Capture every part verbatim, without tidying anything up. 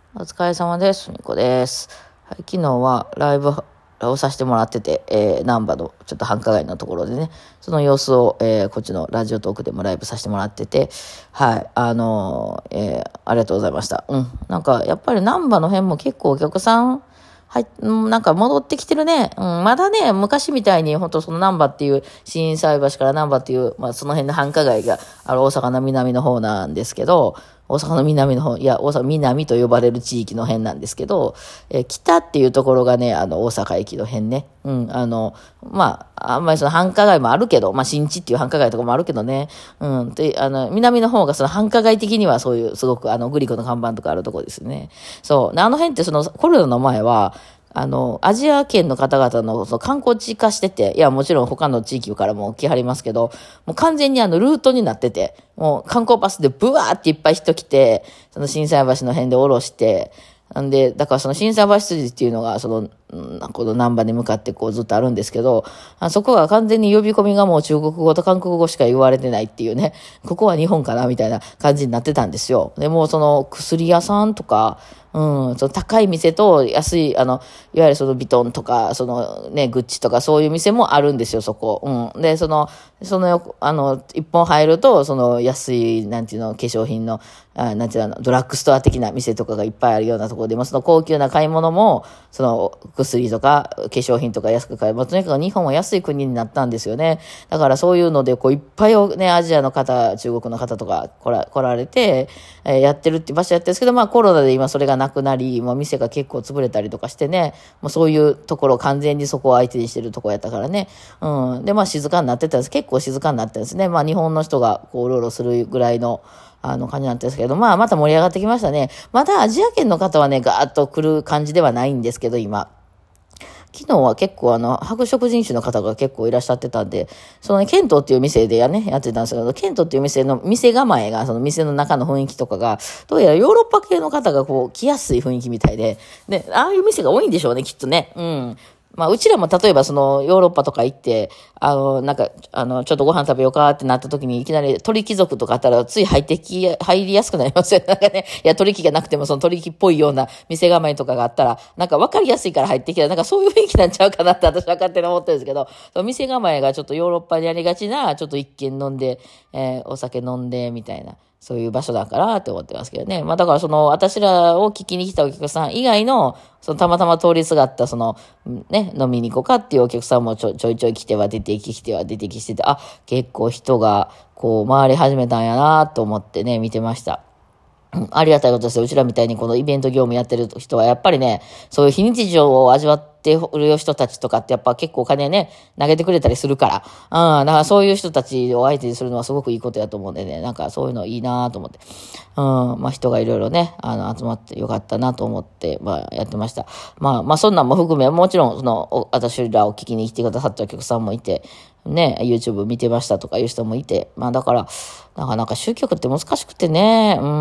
お疲れ様です。みこです。はい、昨日はライブをさせてもらってて、えー、難波のちょっと繁華街のところでね、その様子を、えー、こっちのラジオトークでもライブさせてもらってて、はい、あのー、えー、ありがとうございました。うん。なんか、やっぱり難波の辺も結構お客さん、はい、なんか戻ってきてるね。うん、まだね、昔みたいに、本当その難波っていう、心斎橋から難波っていう、まあその辺の繁華街が、あの、大阪の南の方なんですけど、大阪の南の方、いや、大阪南と呼ばれる地域の辺なんですけど、えー北っていうところがね、あの、大阪駅の辺ね。うん、あの、まあ、あんまりその繁華街もあるけど、まあ、新地っていう繁華街とかもあるけどね。うん、で、あの、南の方がその繁華街的にはそういう、すごくあの、グリコの看板とかあるところですね。そう。であの辺ってその、コロナの前は、あの、アジア圏の方々のその観光地化してて、いや、もちろん他の地域からも来はりますけど、もう完全にあの、ルートになってて、もう観光バスでブワーっていっぱい人来て、その心斎橋の辺で降ろして、なんで、だからその心斎橋筋っていうのが、その、うん、この難波に向かってこうずっとあるんですけど、あそこが完全に呼び込みがもう中国語と韓国語しか言われてないっていうね、ここは日本かなみたいな感じになってたんですよ。でもその薬屋さんとか、うん、その高い店と安い、あの、いわゆるそのビトンとか、そのね、グッチとかそういう店もあるんですよ、そこ。うん。で、その、その横、あの、一本入ると、その安い、なんていうの、化粧品の、あなんていうの、ドラッグストア的な店とかがいっぱいあるようなところで、もその高級な買い物も、その薬とか化粧品とか安く買えば、とにかく日本は安い国になったんですよね。だからそういうので、こういっぱいね、アジアの方、中国の方とか来ら来られて、えーやってるって場所やってるんですけど、まあコロナで今それがなくなり、もう店が結構潰れたりとかしてね、もうそういうところ、完全にそこを相手にしてるところやったからね。うん。で、まあ静かになってたんです。結構静かになってるんですね。まあ日本の人がこううろうろするぐらいの、あの感じなんですけど、まあまた盛り上がってきましたね。またアジア圏の方はね、ガーッと来る感じではないんですけど、今。昨日は結構あの、白色人種の方が結構いらっしゃってたんで、そのね、ケントっていう店でやね、やってたんですけど、ケントっていう店の、店構えが、その店の中の雰囲気とかが、どうやらヨーロッパ系の方がこう、来やすい雰囲気みたいで、で、ああいう店が多いんでしょうね、きっとね。うん。まあ、うちらも例えばその、ヨーロッパとか行って、あの、なんか、あの、ちょっとご飯食べようかってなった時に、いきなり鳥貴族とかあったら、つい入ってき、入りやすくなりますよね。なんかね、いや、鳥貴がなくても、その鳥貴っぽいような店構えとかがあったら、なんか分かりやすいから入ってきたら、なんかそういう雰囲気なんちゃうかなって私は勝手に思ってるんですけど、その店構えがちょっとヨーロッパにありがちな、ちょっと一軒飲んで、えーお酒飲んで、みたいな。そういう場所だからって思ってますけどね。まあだからその私らを聞きに来たお客さん以外の、そのたまたま通りすがったその、ね、飲みに行こうかっていうお客さんもちょちょいちょい来ては出てき来ては出てきしてて、あ、結構人がこう回り始めたんやなと思ってね、見てました。うんありがたいことですよ。うちらみたいにこのイベント業務やってる人は、やっぱりね、そういう非日常を味わってる人たちとかって、やっぱ結構お金ね、投げてくれたりするから。うん、だからそういう人たちを相手にするのはすごくいいことやと思うんでね、なんかそういうのいいなと思って。うん、まあ人がいろいろね、あの、集まってよかったなと思って、まあやってました。まあ、まあそんなんも含め、もちろん、その、お私らを聞きに来てくださったお客さんもいて、ね、YouTube 見てましたとかいう人もいて、まあだから、なかなか集客って難しくてね、うん、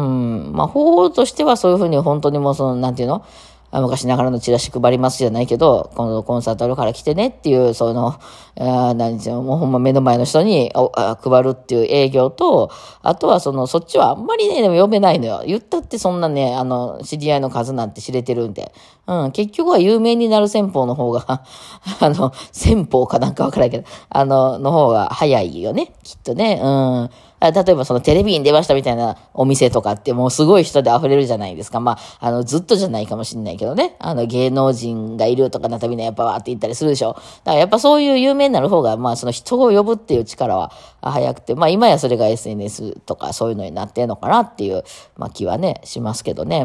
まあ方法としてはそういうふうに本当にもうその、なんていうのあ昔ながらのチラシ配りますじゃないけど、このコンサートあるから来てねっていう、その、あ何ていうの、もうほんま目の前の人におあ配るっていう営業と、あとはその、そっちはあんまりね、でも読めないのよ。言ったってそんなね、あの、知り合いの数なんて知れてるんで。うん、結局は有名になる戦法の方が、あの、戦法かなんかわからないけど、あの、の方が早いよね、きっとね。うん。あ例えばそのテレビに出ましたみたいなお店とかってもうすごい人で溢れるじゃないですか。まあ、あの、ずっとじゃないかもしれないけどね。あの、芸能人がいるとかなったらみんなやっぱわーって言ったりするでしょ。だからやっぱそういう有名になる方が、まあその人を呼ぶっていう力は早くて、まあ今やそれが エスエヌエス とかそういうのになってんのかなっていう、まあ気はね、しますけどね。うん。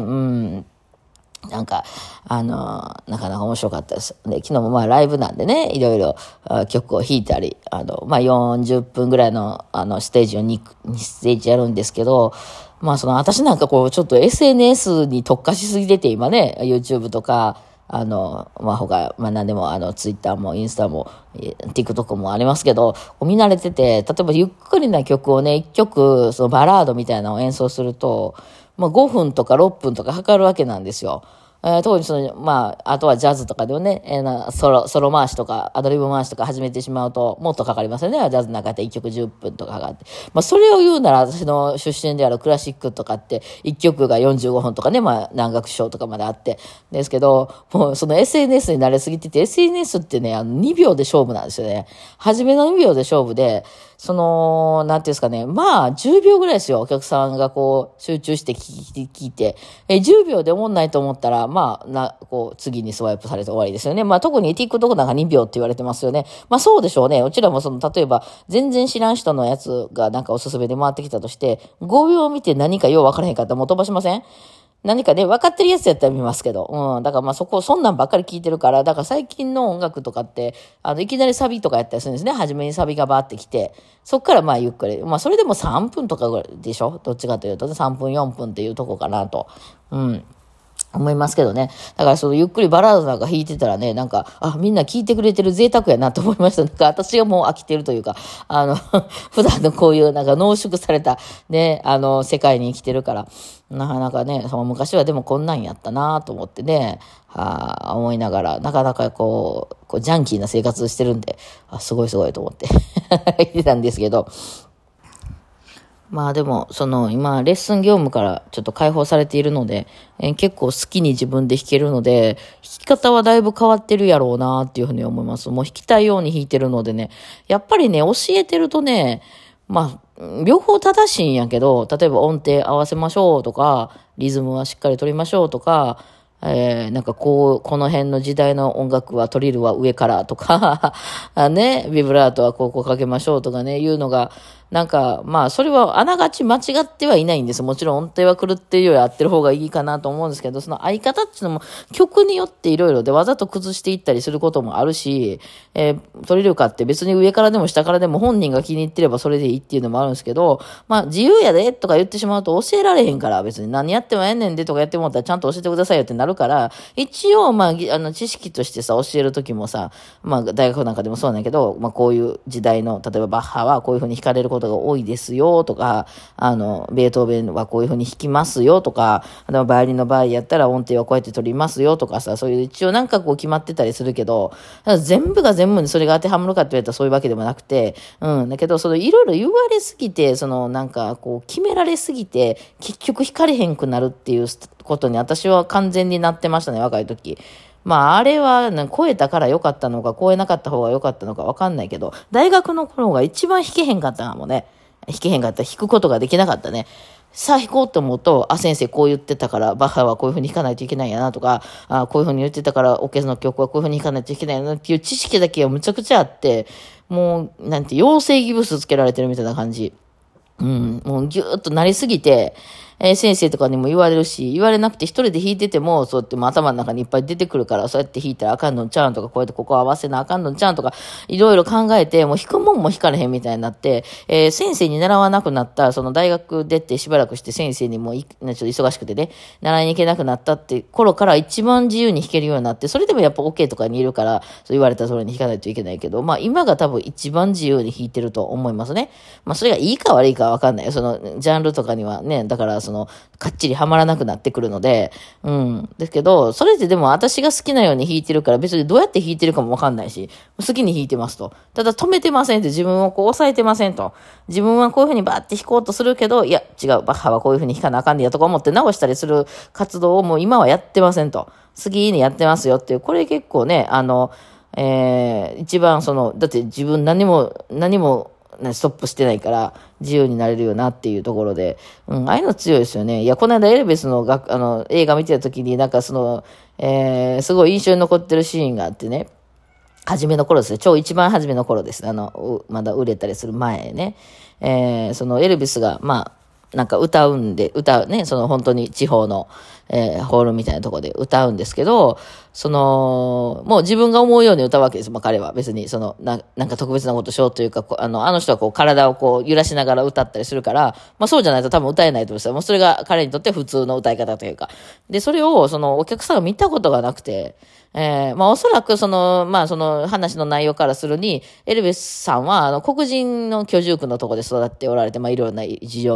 なんか、あのーなかなか面白かったです。で、昨日もまあライブなんでね、いろいろあ曲を弾いたり、あの、まあよんじゅっぷんぐらいのあのステージを 2, にステージやるんですけど、まあその私なんかこうちょっと エスエヌエス に特化しすぎてて今ね、YouTube とか、あの、まあ、他、まあ、何でも、あの、ツイッターも、インスタも、え TikTok もありますけど、見慣れてて、例えばゆっくりな曲をね、一曲、そのバラードみたいなのを演奏すると、まあ、ごふんとかろっぷんとかかかるわけなんですよ。 えー、特にその、まあ、あとはジャズとかでもね、えー、なソロ、ソロ回しとか、アドリブ回しとか始めてしまうと、もっとかかりますよね。ジャズの中でいっきょくじゅっぷんとかかかって。まあ、それを言うなら、私の出身であるクラシックとかって、いっきょくがよんじゅうごふんとかね、まあ、南楽章とかまであって。ですけど、もうその エスエヌエス に慣れすぎてて、エスエヌエス ってね、あの、にびょうで勝負なんですよね。初めのにびょうで勝負で、その、なんていうんですかね、まあ、じゅうびょうぐらいですよ。お客さんがこう、集中して聞いて、聞いて。え、じゅうびょうで思んないと思ったら、まあ、な、こう、次にスワイプされて終わりですよね。まあ、特に TikTok なんかにびょうって言われてますよね。まあ、そうでしょうね。うちらもその、例えば、全然知らん人のやつがなんかおすすめで回ってきたとして、ごびょう見て何かよう分からへんかったらもう飛ばしません？何かね、分かってるやつやったら見ますけど。うん。だからまあそこ、そんなんばっかり聞いてるから、だから最近の音楽とかって、あの、いきなりサビとかやったりするんですね。初めにサビがバーってきて。そっからまあゆっくり。まあそれでもさんぷんとかぐらいでしょ？どっちかというと、さんぷんよんぷんっていうとこかなと。うん。思いますけどね。だからそのゆっくりバラードなんか弾いてたらね、なんか、あ、みんな聞いてくれてる贅沢やなと思いました。なんか私がもう飽きてるというか、あの、普段のこういうなんか濃縮されたね、あの、世界に生きてるから、なかなかね、その昔はでもこんなんやったなと思ってね、はあ、思いながら、なかなかこう、こうジャンキーな生活してるんで、あ、すごいすごいと思って言ってたんですけど、まあでも、その今、レッスン業務からちょっと解放されているので、えー結構好きに自分で弾けるので、弾き方はだいぶ変わってるやろうなっていうふうに思います。もう弾きたいように弾いてるのでね、やっぱりね、教えてるとね、まあ、両方正しいんやけど、例えば音程合わせましょうとか、リズムはしっかり取りましょうとか、えー、なんかこう、この辺の時代の音楽はトリルは上からとか、あね、ビブラートはこうこうかけましょうとかね、いうのが、なんか、まあ、それはあながち間違ってはいないんです。もちろん音程は狂ってるより合ってる方がいいかなと思うんですけど、その合い方っていうのも曲によっていろいろでわざと崩していったりすることもあるし、えー、トリルかって別に上からでも下からでも本人が気に入ってればそれでいいっていうのもあるんですけど、まあ、自由やでとか言ってしまうと教えられへんから、別に何やってもええねんでとかやってもらったらちゃんと教えてくださいよってなるから、一応、まあ、ぎあの、知識としてさ、教えるときもさ、まあ、大学なんかでもそうなんだけど、まあ、こういう時代の、例えばバッハはこういうふうに弾かれることが多いですよとか、あの、ベートーベンはこういうふうに弾きますよとか、あの、バイオリンの場合やったら音程はこうやって取りますよとかさ、そういう一応なんかこう決まってたりするけど、全部が全部にそれが当てはまるかって言われたらそういうわけでもなくて、うん、だけど、そのいろいろ言われすぎて、そのなんかこう決められすぎて、結局弾かれへんくなるっていうことに私は完全になってましたね、若い時。まあ、あれは、ね、超えたから良かったのか、超えなかった方が良かったのか分かんないけど、大学の頃が一番弾けへんかったかもね。弾けへんかった。弾くことができなかったね。さあ弾こうと思うと、あ、先生こう言ってたから、バッハはこういう風に弾かないといけないんやなとか、あ、こういう風に言ってたから、オケの曲はこういう風に弾かないといけないなっていう知識だけがむちゃくちゃあって、もう、なんて、養成ギブスつけられてるみたいな感じ。うん、もうぎゅーっとなりすぎて、えー先生とかにも言われるし、言われなくて一人で弾いてても、そうやってもう頭の中にいっぱい出てくるから、そうやって弾いたらあかんのんちゃうんとか、こうやってここ合わせなあかんのんちゃうんとか、いろいろ考えて、もう弾くもんも弾かれへんみたいになって、えー先生に習わなくなった、その大学出てしばらくして先生にもうい、ねちょっと忙しくてね、習いに行けなくなったって頃から一番自由に弾けるようになって、それでもやっぱ OK とかにいるから、そう言われた通りに弾かないといけないけど、まあ今が多分一番自由に弾いてると思いますね。まあそれがいいか悪いかはわかんないよ。その、ジャンルとかにはね、だからその、かっちりはまらなくなってくるので、うん。ですけど、それってでも私が好きなように弾いてるから別にどうやって弾いてるかもわかんないし、好きに弾いてますと。ただ止めてませんって自分をこう抑えてませんと。自分はこういうふうにバーって弾こうとするけど、いや、違う、バッハはこういうふうに弾かなあかんねやとか思って直したりする活動をもう今はやってませんと。好きにやってますよっていう、これ結構ね、あの、えー、一番その、だって自分何も、何も、ストップしてないから自由になれるよなっていうところで、うん、ああいうの強いですよね。いや、この間エルベスのがあの映画見てた時になんかその、えー、すごい印象に残ってるシーンがあってね、初めの頃ですね。超一番初めの頃です。あの、まだ売れたりする前ね。えー、そのエルビスが、まあ、なんか歌うんで、歌うね、その本当に地方の、えー、ホールみたいなところで歌うんですけど、その、もう自分が思うように歌うわけです。まあ彼は別に、その、ななんか特別なことしようというか、あの、あの人はこう体をこう揺らしながら歌ったりするから、まあそうじゃないと多分歌えないと思うんですよ。もうそれが彼にとって普通の歌い方というか。で、それを、そのお客さんが見たことがなくて、えー、まあおそらくその、まあその話の内容からするに、エルベスさんはあの黒人の居住区のところで育っておられて、まあいろんな事情により。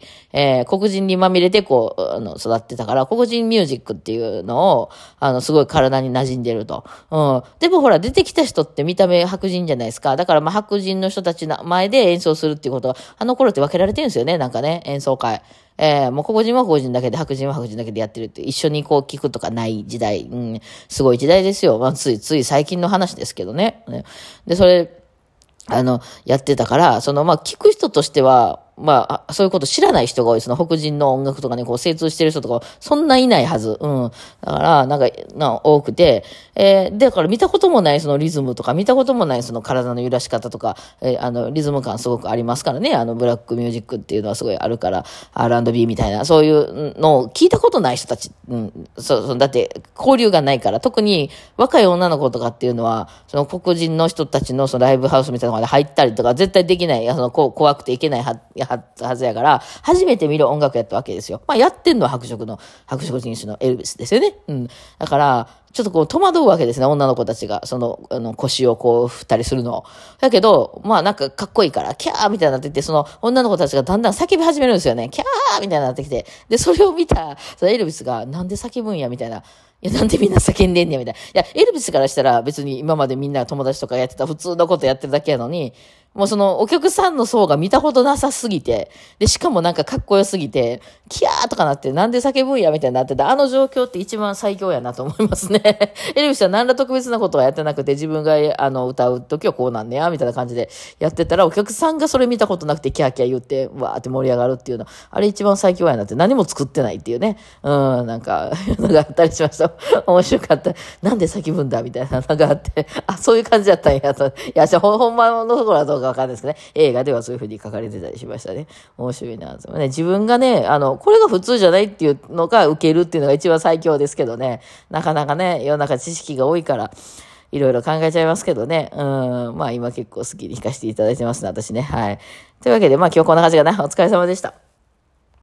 えー、黒人にまみれてこう、あの、育ってたから、黒人ミュージックっていうのを、あの、すごい体に馴染んでると。うん。でもほら、出てきた人って見た目白人じゃないですか。だからまあ白人の人たちの前で演奏するっていうことは、あの頃って分けられてるんですよね、なんかね、演奏会。えー、もう黒人は黒人だけで、白人は白人だけでやってるって、一緒にこう聞くとかない時代、うん、すごい時代ですよ。まあ、ついつい最近の話ですけどね。ねで、それ、あの、やってたから、その、まあ、聞く人としては、まあ、そういうこと知らない人が多い。その北人の音楽とかね、こう精通してる人とか、そんないないはず。うん。だから、なんか、な、多くて、えー、だから見たこともないそのリズムとか、見たこともないその体の揺らし方とか、えー、あの、リズム感すごくありますからね。あの、ブラックミュージックっていうのはすごいあるから、アールアンドビー みたいな、そういうのを聞いたことない人たち、うん。そう、そう、だって、交流がないから、特に若い女の子とかっていうのは、その黒人の人たちのそのライブハウスみたいなのまで入ったりとか、絶対できない、その、こう、怖くていけないは、は、はずやから、初めて見る音楽やったわけですよ。まあ、やってんのは白色の、白色人種のエルビスですよね。うん。だから、ちょっとこう戸惑うわけですね、女の子たちが。その、あの、腰をこう振ったりするのを。だけど、まあなんかかっこいいから、キャーみたいになってきて、その女の子たちがだんだん叫び始めるんですよね。キャーみたいになってきて。で、それを見た、そのエルビスが、なんで叫ぶんやみたいな。いや、なんでみんな叫んでんねやみたいな。いや、エルビスからしたら別に今までみんな友達とかやってた普通のことやってるだけやのに、もうそのお客さんの層が見たことなさすぎて、で、しかもなんかかっこよすぎて、キャーとかなって、なんで叫ぶんやみたいになってた。あの状況って一番最強やなと思いますね。エルビスは何ら特別なことはやってなくて、自分があの歌う時はこうなんねや、みたいな感じでやってたら、お客さんがそれ見たことなくて、キャーキャー言って、わーって盛り上がるっていうの。あれ一番最強やなって、何も作ってないっていうね。うん、なんか、のがあったりしました。面白かった。なんで叫ぶんだみたいなのがあって、あ、そういう感じだったんやと。いや、じゃほん、ほんまのところはどうかわかんないですけどね。映画ではそういう風に書かれてたりしましたね。面白いな。ね、自分がね、あの、これが普通じゃないっていうのが受けるっていうのが一番最強ですけどね。なかなかね、世の中知識が多いから、いろいろ考えちゃいますけどね。うん。まあ今結構好きに弾かせていただいてますね、私ね。はい。というわけで、まあ今日こんな感じかな。お疲れ様でした。